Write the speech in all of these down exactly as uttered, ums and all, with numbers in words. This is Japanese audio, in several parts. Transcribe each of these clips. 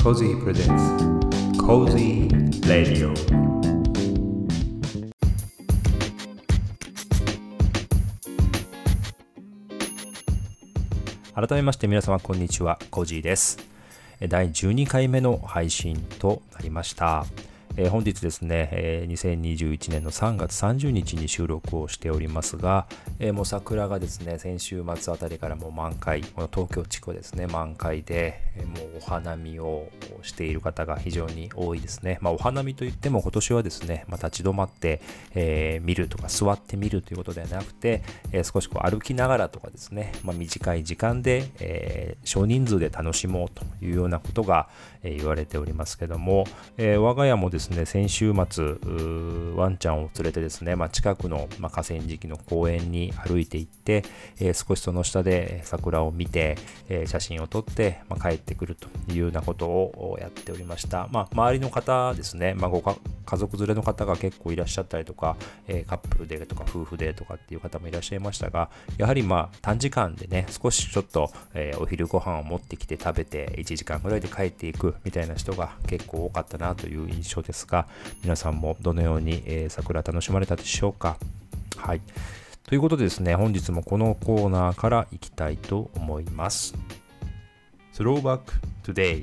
Cozy presents Cozy Radio。 改めまして皆様こんにちは、コージーです。だいじゅうにかいめの配信となりました。えー、本日ですね、えー、にせんにじゅういちねんのさんがつさんじゅうにちに収録をしておりますが、えー、もう桜がですね、先週末あたりからもう満開、この東京地区ですね、満開で、えー、もうお花見をしている方が非常に多いですね。まあ、お花見といっても今年はですね、まあ、立ち止まって、えー、見るとか座って見るということではなくて、えー、少しこう歩きながらとかですね、まあ、短い時間で、えー、少人数で楽しもうというようなことが、えー、言われておりますけども、えー、我が家もですね、先週末ワンちゃんを連れてですね、まあ、近くの、まあ、河川敷の公園に歩いて行って、えー、少しその下で桜を見て、えー、写真を撮って、まあ、帰ってくるというようなことをやっておりました。まあ、周りの方ですね、まあ、ごか家族連れの方が結構いらっしゃったりとか、えー、カップルでとか夫婦でとかっていう方もいらっしゃいましたが、やはりまあ短時間でね、少しちょっと、えー、お昼ご飯を持ってきて食べていちじかんぐらいで帰っていくみたいな人が結構多かったなという印象ですが、皆さんもどのように、えー、桜楽しまれたでしょうか。はい。ということでですね、本日もこのコーナーからいきたいと思います。Throwback Today。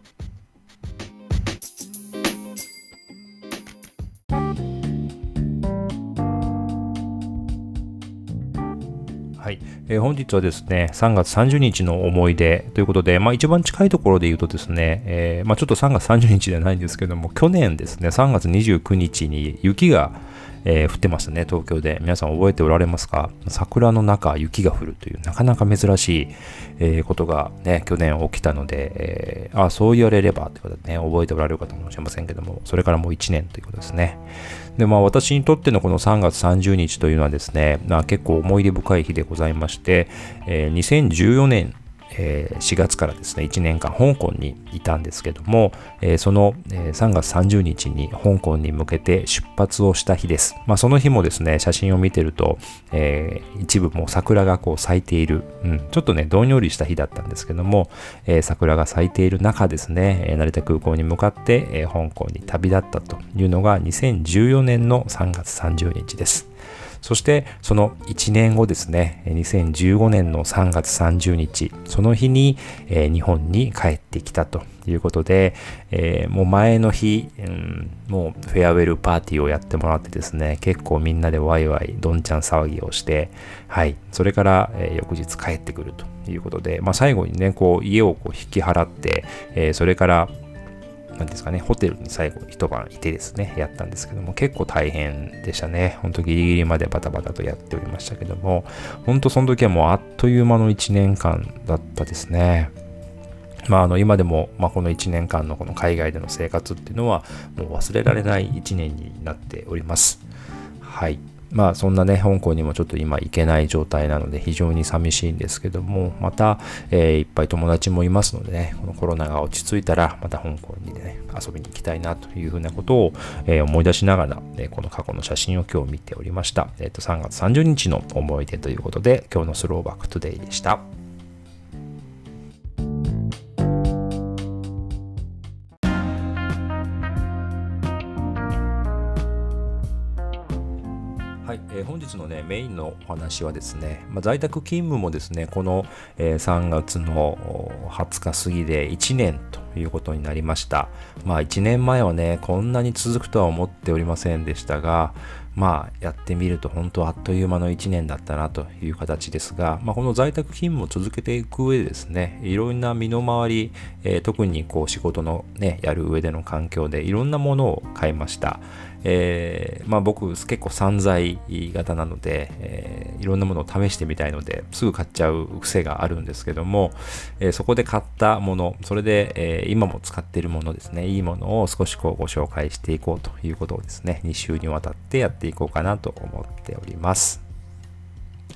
はい、えー、本日はですね、さんがつさんじゅうにちの思い出ということで、まあ、一番近いところで言うとですね、えーまあ、ちょっとさんがつさんじゅうにちじゃないんですけども、去年ですね、さんがつにじゅうくにちに雪が、えー、降ってましたね、東京で。皆さん覚えておられますか？桜の中、雪が降るという、なかなか珍しい、えー、ことがね、去年起きたので、えー、ああ、そう言われればということでね、覚えておられる方もしれませんけども、それからもういちねんということですね。で、まあ私にとってのこのさんがつさんじゅうにちというのはですね、まあ、結構思い出深い日でございまして、えー、にせんじゅうよねん、えー、しがつからですね、いちねんかん香港にいたんですけども、えー、その、えー、さんがつさんじゅうにちに香港に向けて出発をした日です。まあその日もですね、写真を見てると、えー、一部もう桜がこう咲いている、うん、ちょっとね、どんよりした日だったんですけども、えー、桜が咲いている中ですね、えー、成田空港に向かって、えー、香港に旅立ったというのがにせんじゅうよねんのさんがつさんじゅうにちです。そしてそのいちねんごですね、にせんじゅうごねんのさんがつさんじゅうにち、その日に、えー、日本に帰ってきたということで、えー、もう前の日、うん、もうフェアウェルパーティーをやってもらってですね、結構みんなでワイワイどんちゃん騒ぎをして、はい、それから、えー、翌日帰ってくるということで、まあ、最後にね、こう家をこう引き払って、えー、それからなんですかね、ホテルに最後一晩いてですね、やったんですけども、結構大変でしたね。ほんとギリギリまでバタバタとやっておりましたけども、ほんとその時はもうあっという間のいちねんかんだったですね。まあ、あの今でも、まあ、このいちねんかんのこの海外での生活っていうのはもう忘れられないいちねんになっております。はい。まあそんなね、香港にもちょっと今行けない状態なので非常に寂しいんですけども、また、えー、いっぱい友達もいますのでね、このコロナが落ち着いたらまた香港にね、遊びに行きたいなというふうなことを、えー、思い出しながら、えー、この過去の写真を今日見ておりました。えっと、さんがつさんじゅうにちの思い出ということで、今日のスローバックトゥデイでした。はい、えー、本日のねメインのお話はですね、まあ、在宅勤務もですねこの、えー、さんがつのはつか過ぎでいちねんということになりました。まあいちねんまえはねこんなに続くとは思っておりませんでしたが、まあやってみると本当あっという間のいちねんだったなという形ですが、まあ、この在宅勤務を続けていく上でですね、いろんな身の回り、えー、特にこう仕事のねやる上での環境でいろんなものを買いました。えー、まあ僕結構散財型なので、えー、いろんなものを試してみたいのですぐ買っちゃう癖があるんですけども、えー、そこで買ったもの、それで、えー、今も使っているものですね、いいものを少しこうご紹介していこうということをですね、に週にわたってやっていこうかなと思っております。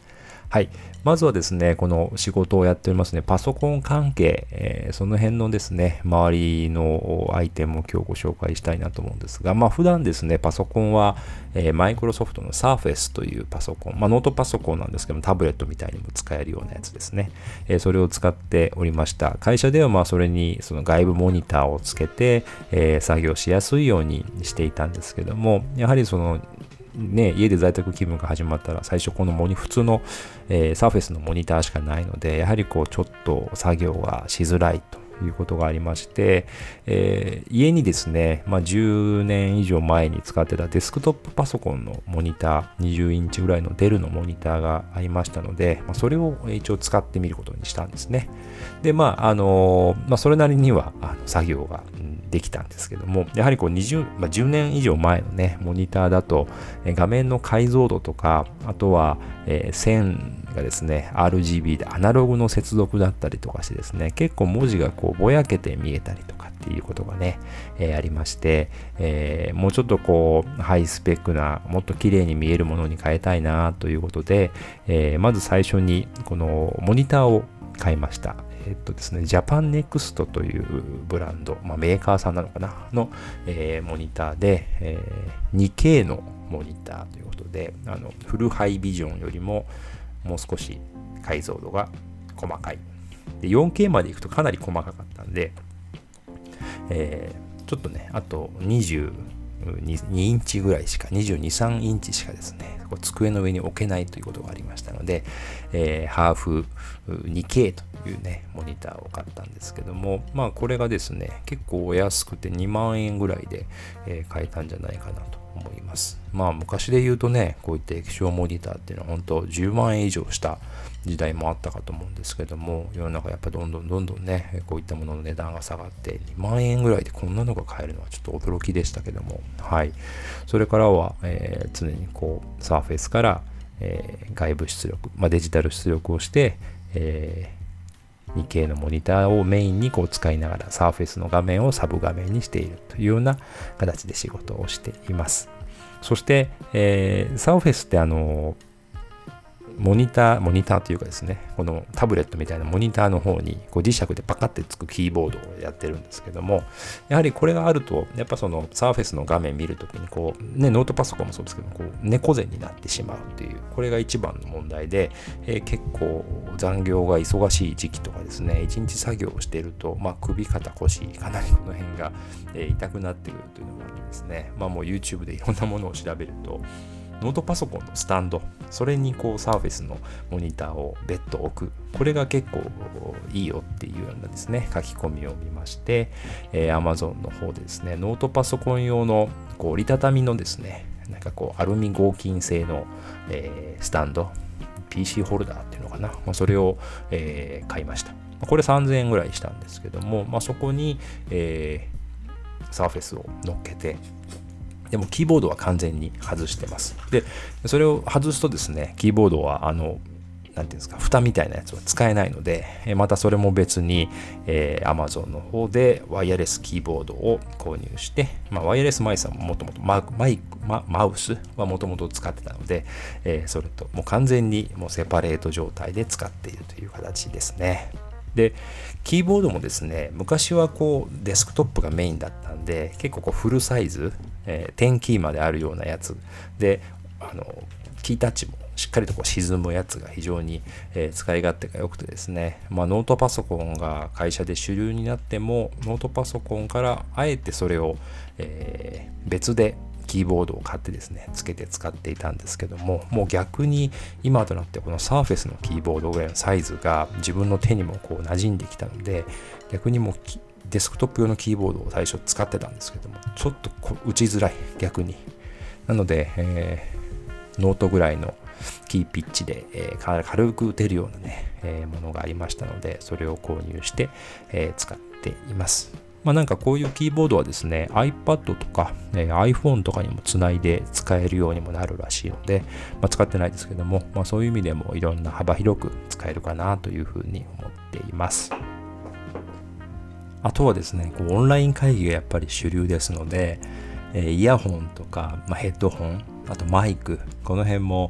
はい。まずはですね、この仕事をやっておりますね、パソコン関係、えー、その辺のですね、周りのアイテムを今日ご紹介したいなと思うんですが、まあ普段ですね、パソコンは、えー、マイクロソフトの Surface というパソコン、まあノートパソコンなんですけども、タブレットみたいにも使えるようなやつですね。えー、それを使っておりました。会社ではまあそれにその外部モニターをつけて、えー、作業しやすいようにしていたんですけども、やはりそのね、家で在宅勤務が始まったら最初このモニ普通の、えー、サーフェスのモニターしかないので、やはりこうちょっと作業がしづらいということがありまして、えー、家にですね、まあ、じゅうねん以上前に使ってたデスクトップパソコンのモニター、にじゅうインチぐらいのデルのモニターがありましたので、まあ、それを一応使ってみることにしたんですね。で、まあ、あのー、まあ、それなりにはあの作業ができたんですけども、やはりこうにじゅう、まあ、じゅうねん以上前のね、モニターだと、え画面の解像度とか、あとは、えー、線がですね、アールジービー でアナログの接続だったりとかしてですね、結構文字がこうぼやけて見えたりとかっていうことがね、えー、ありまして、えー、もうちょっとこう、ハイスペックな、もっと綺麗に見えるものに変えたいなということで、えー、まず最初にこのモニターを買いました。えっとですね、ジャパンネクストというブランド、まあ、メーカーさんなのかなの、えー、モニターで、えー、にケー のモニターということで、あのフルハイビジョンよりももう少し解像度が細かい。で よんケー までいくとかなり細かかったんで、えー、ちょっとね、あとにじゅうにインチぐらいしか、にじゅうに、さんインチしかですね、こう机の上に置けないということがありましたので、えー、ハーフ にケー というね、モニターを買ったんですけども、まあこれがですね、結構お安くてにまんえんぐらいで、えー、買えたんじゃないかなと思います。まあ昔で言うとね、こういった液晶モニターっていうのは本当じゅうまんえん以上した時代もあったかと思うんですけども、世の中やっぱりどんどんどんどんね、こういったものの値段が下がってにまんえんぐらいでこんなのが買えるのはちょっと驚きでしたけども、はい。それからは、えー、常にこう、サーフェイスから、えー、外部出力、まあ、デジタル出力をして、えー、にケー のモニターをメインにこう使いながら、サーフェイスの画面をサブ画面にしているというような形で仕事をしています。そして、えー、サーフェイスってあのーモニター、モニターというかですね、このタブレットみたいなモニターの方にこう磁石でパカってつくキーボードをやってるんですけども、やはりこれがあると、やっぱそのサーフェスの画面見るときにこう、ね、ノートパソコンもそうですけど、こう猫背になってしまうっていう、これが一番の問題で、えー、結構残業が忙しい時期とかですね、一日作業をしていると、まあ、首、肩、腰、かなりこの辺が、えー、痛くなってくるというのがあってですね、まあもう YouTube でいろんなものを調べると、ノートパソコンのスタンド、それにこうサーフェスのモニターを別途置く、これが結構いいよっていうようなですね、書き込みを見まして、えー、Amazon の方でですね、ノートパソコン用のこう折りたたみのですね、なんかこうアルミ合金製の、えー、スタンド、ピーシー ホルダーっていうのかな、まあ、それを、えー、買いました。これさんぜんえんぐらいしたんですけども、まあ、そこに、えー、サーフェスを乗っけて、でもキーボードは完全に外してます。で、それを外すとですね、キーボードはあの、なんていうんですか、蓋みたいなやつは使えないので、またそれも別に、えー、Amazon の方でワイヤレスキーボードを購入して、まあ、ワイヤレスマイスはもともとマイママウスはもともと使ってたので、えー、それともう完全にもうセパレート状態で使っているという形ですね。で、キーボードもですね、昔はこうデスクトップがメインだったんで、結構こうフルサイズ、えー、テンキーまであるようなやつで、あのキータッチもしっかりとこう沈むやつが非常に、えー、使い勝手が良くてですね、まあ、ノートパソコンが会社で主流になっても、ノートパソコンからあえてそれを、えー、別でキーボードを買ってですね、つけて使っていたんですけども、もう逆に今となってこの Surface のキーボードぐらいのサイズが自分の手にもこう馴染んできたので、逆にもうデスクトップ用のキーボードを最初使ってたんですけども、ちょっと打ちづらい、逆に。なので、えー、ノートぐらいのキーピッチで、えー、軽く打てるようなね、えー、ものがありましたので、それを購入して、えー、使っています。まあなんかこういうキーボードはですね、iPad とか、えー、iPhone とかにもつないで使えるようにもなるらしいので、まあ、使ってないですけども、まあ、そういう意味でもいろんな幅広く使えるかなというふうに思っています。あとはですね、こうオンライン会議がやっぱり主流ですので、えー、イヤホンとか、まあ、ヘッドホン、あとマイク、この辺も、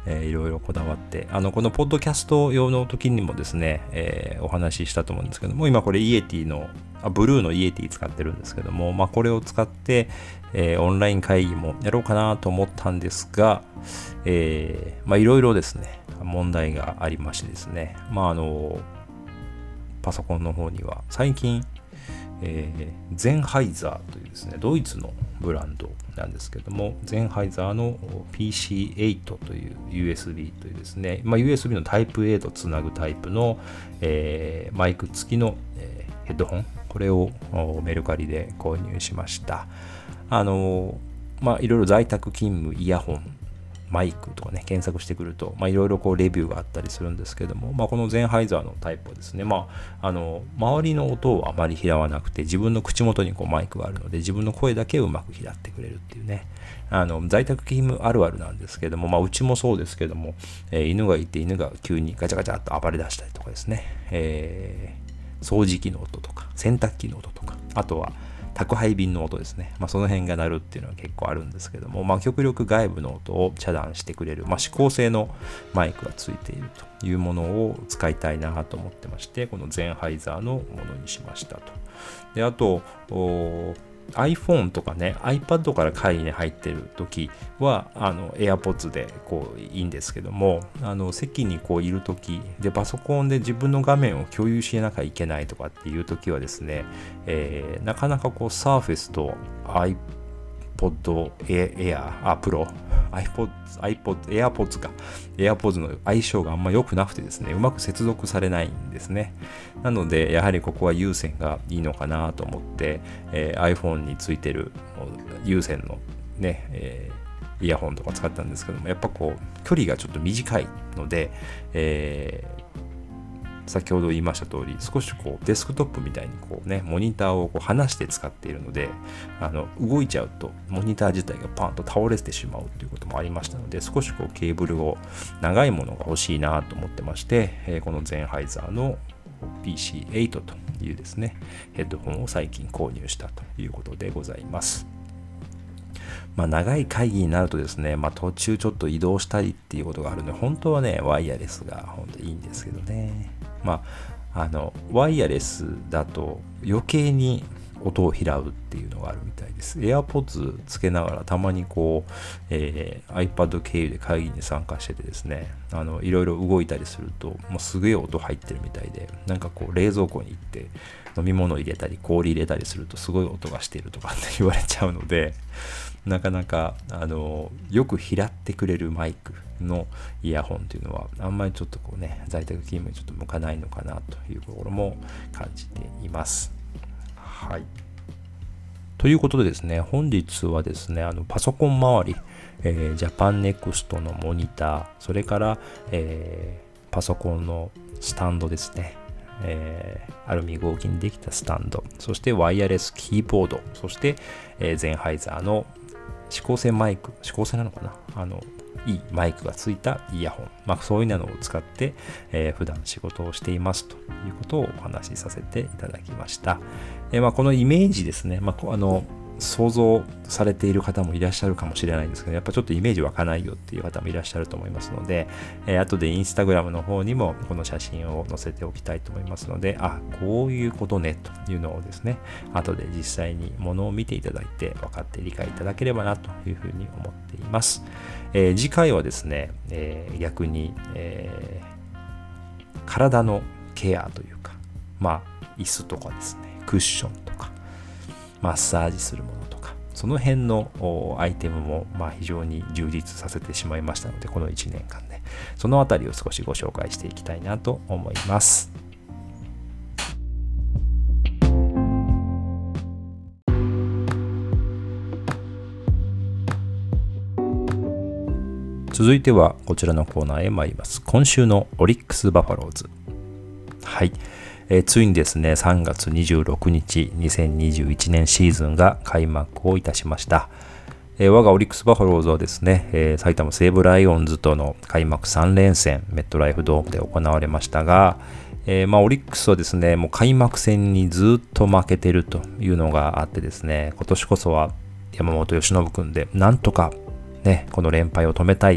えー、いろいろこだわって、あの、このポッドキャスト用の時にもですね、えー、お話ししたと思うんですけども、今これイエティの、あブルーのイエティ使ってるんですけども、まあ、これを使って、えー、オンライン会議もやろうかなと思ったんですが、えー、まあ、いろいろですね、問題がありましてですね、まあ、あの、パソコンの方には最近、えー、ゼンハイザーというですね、ドイツのブランドなんですけども、ゼンハイザーの ピーシーエイト という ユーエスビー というですね、まあ、ユーエスビー のタイプ A とつなぐタイプの、えー、マイク付きの、えー、ヘッドホン、これをメルカリで購入しました。あのー、まあ、いろいろ在宅勤務イヤホン、マイクとかね、検索してくると、まあ、いろいろこうレビューがあったりするんですけども、まあ、このゼンハイザーのタイプはですね、まあ、あの、周りの音をあまり拾わなくて、自分の口元にこうマイクがあるので、自分の声だけをうまく拾ってくれるっていうね、あの、在宅勤務あるあるなんですけども、まあ、うちもそうですけども、えー、犬がいて犬が急にガチャガチャっと暴れ出したりとかですね、えー、掃除機の音とか、洗濯機の音とか、あとは、宅配便の音ですね。まあ、その辺が鳴るっていうのは結構あるんですけども、まあ、極力外部の音を遮断してくれる、まあ、指向性のマイクがついているというものを使いたいなと思ってまして、このゼンハイザーのものにしましたと。で、あと、iPhone とかね、iPad から会議に入ってるときは、あの、AirPods でこういいんですけども、あの、席にこういるとき、で、パソコンで自分の画面を共有しなきゃいけないとかっていうときはですね、えー、なかなかこう、Surface と iPod Air、あ、Pro、iPod、iPod、AirPods か。AirPods の相性があんま良くなくてですね、うまく接続されないんですね。なので、やはりここは有線がいいのかなと思って、えー、iPhone についてる有線のね、えー、イヤホンとか使ったんですけども、やっぱこう、距離がちょっと短いので、えー先ほど言いました通り、少しこうデスクトップみたいにこうね、モニターをこう離して使っているので、あの動いちゃうとモニター自体がパンと倒れてしまうということもありましたので、少しこうケーブルを長いものが欲しいなと思ってまして、えー、このゼンハイザーの ピーシーエイト というですね、ヘッドホンを最近購入したということでございます。まあ、長い会議になるとですね、まあ、途中ちょっと移動したりっていうことがあるので、本当はね、ワイヤレスが本当にいいんですけどね。まあ、あの、ワイヤレスだと余計に音を拾うっていうのがあるみたいです。AirPods つけながらたまにこう、えー、iPad 経由で会議に参加しててですね、あの、いろいろ動いたりすると、もうすげえ音入ってるみたいで、なんかこう冷蔵庫に行って飲み物入れたり氷入れたりするとすごい音がしているとかって言われちゃうので、なかなかあのよく拾ってくれるマイクのイヤホンというのはあんまりちょっとこうね、在宅勤務にちょっと向かないのかなというところも感じています。はい。ということでですね、本日はですね、あのパソコン周り、えー、ジャパンネクストのモニター、それから、えー、パソコンのスタンドですね。えー、アルミ合金でできたスタンド、そしてワイヤレスキーボード、そして、えー、ゼンハイザーの指向性マイク、指向性なのかなあの、いいマイクがついたイヤホン。まあ、そういうのを使って、えー、普段仕事をしていますということをお話しさせていただきました。えーまあ、このイメージですね、まあ、あの、想像されている方もいらっしゃるかもしれないんですけど、やっぱちょっとイメージ湧かないよっていう方もいらっしゃると思いますので、えー、後でインスタグラムの方にもこの写真を載せておきたいと思いますので、あ、こういうことねというのをですね、後で実際にものを見ていただいて分かって理解いただければなというふうに思っています。えー、次回はですね、えー、逆に、えー、体のケアというか、まあ椅子とかですね、クッションとか、マッサージするものとか、その辺のアイテムもまあ非常に充実させてしまいましたので、このいちねんかんでそのあたりを少しご紹介していきたいなと思います。続いてはこちらのコーナーへ参ります。今週のオリックスバファローズ。はい。えー、ついにですね、さんがつにじゅうろくにち、にせんにじゅういちねんシーズンが開幕をいたしました。えー、我がオリックスバファローズはですね、えー、埼玉西武ライオンズとの開幕さんれんせん、メットライフドームで行われましたが、えー、まあオリックスはですね、もう開幕戦にずっと負けてるというのがあってですね、今年こそは山本由伸君でなんとかね、この連敗を止めたいと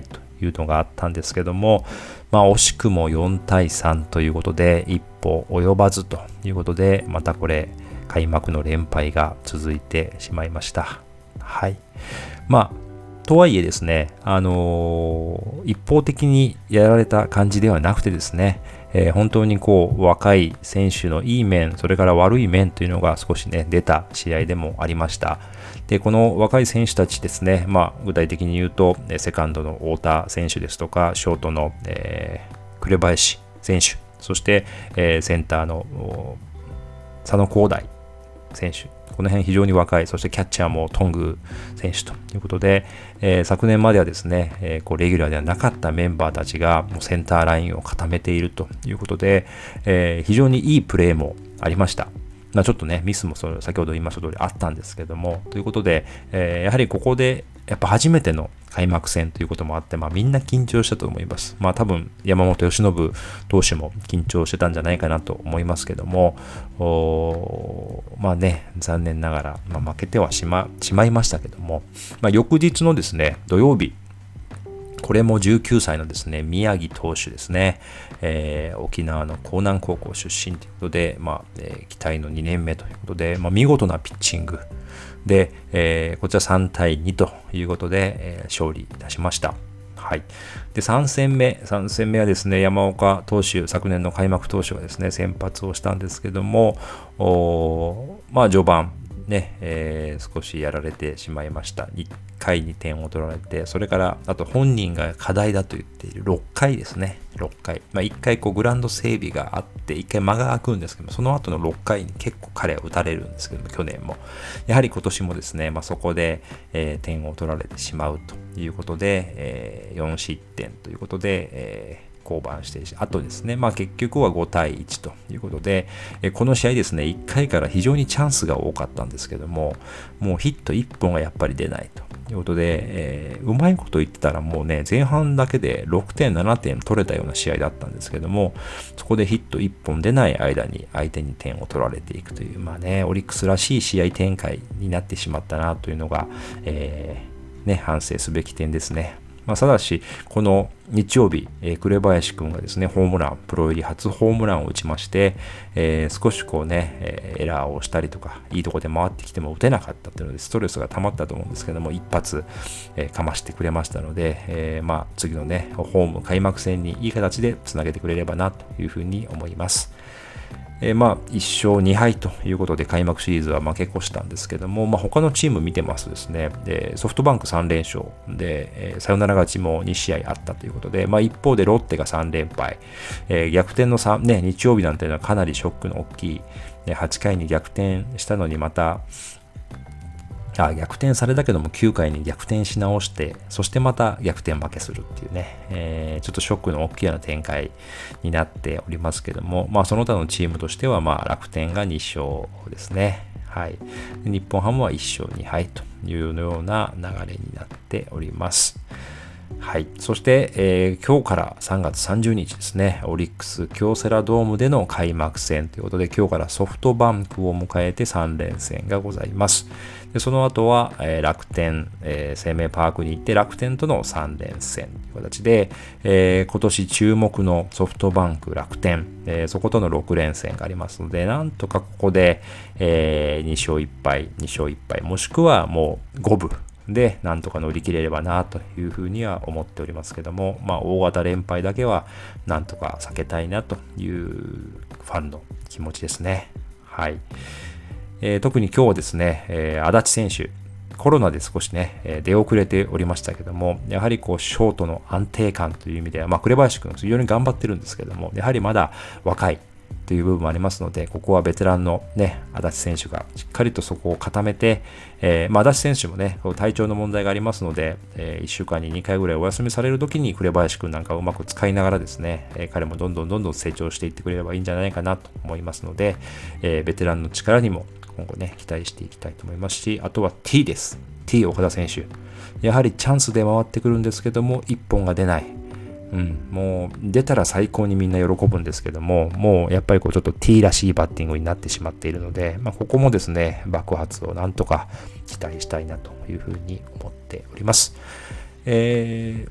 いうのがあったんですけども、まあ惜しくもよんたいさんということで一歩及ばずということで、またこれ開幕の連敗が続いてしまいました。はい。まあとはいえですね、あのー、一方的にやられた感じではなくてですね、えー、本当にこう若い選手のいい面、それから悪い面というのが少しね出た試合でもありました。で、この若い選手たちですね、まあ具体的に言うとセカンドの太田選手ですとか、ショートの、えー、紅林選手、そして、えー、センターの佐野光大選手。この辺非常に若い、そしてキャッチャーもトング選手ということで、えー、昨年まではですね、えー、こうレギュラーではなかったメンバーたちがもうセンターラインを固めているということで、えー、非常にいいプレーもありました。まあ、ちょっとね、ミスもそれ先ほど言いました通りあったんですけども、ということで、えー、やはりここでやっぱ初めての開幕戦ということもあって、まあみんな緊張したと思います。まあ多分山本由伸投手も緊張してたんじゃないかなと思いますけども、まあね、残念ながら、まあ、負けてはしま、しまいましたけども、まあ翌日のですね、土曜日、これもじゅうきゅうさいのですね、宮城投手ですね、えー、沖縄の興南高校出身ということで、まあ、えー、期待のにねんめということで、まあ、見事なピッチングで、えー、こちらさんたいにということで、えー、勝利いたしました。はい。で、さん戦目、さん戦目はですね、山岡投手、昨年の開幕投手がですね、先発をしたんですけども、おまあ、序盤、ね、えー、少しやられてしまいました。いっかいにてんを取られて、それから、あと本人が課題だと言っているろっかいですね。ろっかい。まあ、いっかいこうグラウンド整備があって、いっかい間が空くんですけども、その後のろっかいに結構彼は打たれるんですけども、去年も。やはり今年もですね、まあ、そこで、えー、点を取られてしまうということで、えー、よんしってんということで、えー降板して、あとですね、まあ結局はごたいいちということで、えこの試合ですね、いっかいから非常にチャンスが多かったんですけども、もうヒットいっぽんがやっぱり出ないということで、えー、うまいこと言ってたらもうね、前半だけでろくてん、ななてん取れたような試合だったんですけども、そこでヒットいっぽん出ない間に相手に点を取られていくという、まあね、オリックスらしい試合展開になってしまったなというのが、えー、ね、反省すべき点ですね。まあ、ただし、この日曜日、えー、紅林くんがですね、ホームラン、プロ入り初ホームランを打ちまして、えー、少しこうね、えー、エラーをしたりとか、いいとこで回ってきても打てなかったっていうので、ストレスが溜まったと思うんですけども、一発、えー、かましてくれましたので、えー、まあ、次のね、ホーム開幕戦にいい形でつなげてくれればなというふうに思います。えー、まあいっしょうにはいということで開幕シリーズは負け越したんですけども、まあ、他のチーム見てますとですね、でソフトバンクさんれんしょうで、えー、サヨナラ勝ちもにしあいあったということで、まあ、一方でロッテがさんれんぱい、えー、逆転のさん、ね、日曜日なんていうのはかなりショックの大きい、ね、はちかいに逆転したのにまたあ逆転されたけどもきゅうかいに逆転し直して、そしてまた逆転負けするっていうね、えー、ちょっとショックの大きいような展開になっておりますけども、まあその他のチームとしてはまあ楽天がにしょうですね。はい。日本ハムはいっしょうにはいというような流れになっております。はい。そして、えー、今日からさんがつさんじゅうにちですね、オリックス京セラドームでの開幕戦ということで、今日からソフトバンクを迎えてさんれんせんがございます。でその後は、えー、楽天、えー、生命パークに行って楽天とのさんれんせんという形で、えー、今年注目のソフトバンク楽天、えー、そことのろくれんせんがありますので、なんとかここで、えー、にしょういっぱい、にしょういっぱい、もしくはもうごぶでなんとか乗り切れればなというふうには思っておりますけども、まあ大型連敗だけはなんとか避けたいなというファンの気持ちですね。はい。えー、特に今日はですね、えー、足立選手、コロナで少しね、えー、出遅れておりましたけども、やはりこう、ショートの安定感という意味では、まあ、紅林君、非常に頑張ってるんですけども、やはりまだ若いという部分もありますので、ここはベテランのね、足立選手がしっかりとそこを固めて、えー、まあ、足立選手もね、体調の問題がありますので、えー、いっしゅうかんににかいぐらいお休みされるときに、紅林君なんかをうまく使いながらですね、えー、彼もどんどんどんどん成長していってくれればいいんじゃないかなと思いますので、えー、ベテランの力にも今後ね、期待していきたいと思いますし、あとは T です。T 岡田選手。やはりチャンスで回ってくるんですけども、いっぽんが出ない。うん、もう出たら最高にみんな喜ぶんですけども、もうやっぱりこうちょっと T らしいバッティングになってしまっているので、まあ、ここもですね、爆発をなんとか期待したいなというふうに思っております。えー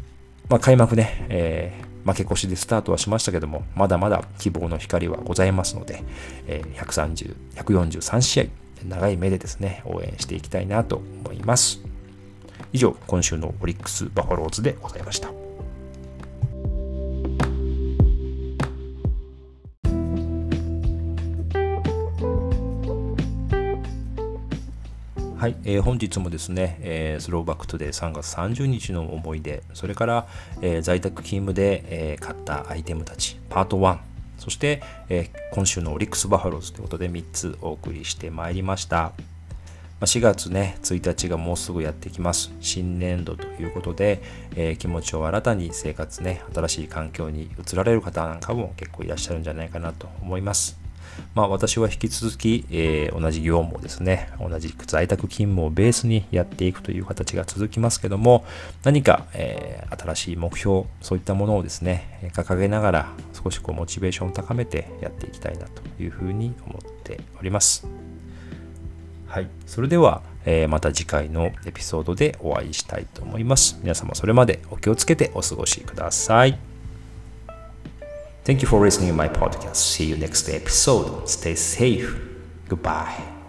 まあ、開幕ね、えー負け越しでスタートはしましたけども、まだまだ希望の光はございますので、えー、ひゃくさんじゅう、ひゃくよんじゅうさん試合、長い目でですね、応援していきたいなと思います。以上、今週のオリックス・バファローズでございました。はい、えー、本日もですね、えー、スローバックトゥデイさんがつさんじゅうにちの思い出、それから、えー、在宅勤務で、えー、買ったアイテムたち、パートワン、そして、えー、今週のオリックスバファローズということでみっつお送りしてまいりました。しがつね、ついたちがもうすぐやってきます。新年度ということで、えー、気持ちを新たに生活ね、新しい環境に移られる方なんかも結構いらっしゃるんじゃないかなと思います。まあ私は引き続き、えー、同じ業務をですね、同じく在宅勤務をベースにやっていくという形が続きますけども、何か、えー、新しい目標、そういったものをですね、掲げながら少しこうモチベーションを高めてやっていきたいなというふうに思っております。はい、それでは、えー、また次回のエピソードでお会いしたいと思います。皆様それまでお気をつけてお過ごしください。Thank you for listening to my podcast. See you next episode. Stay safe. Goodbye.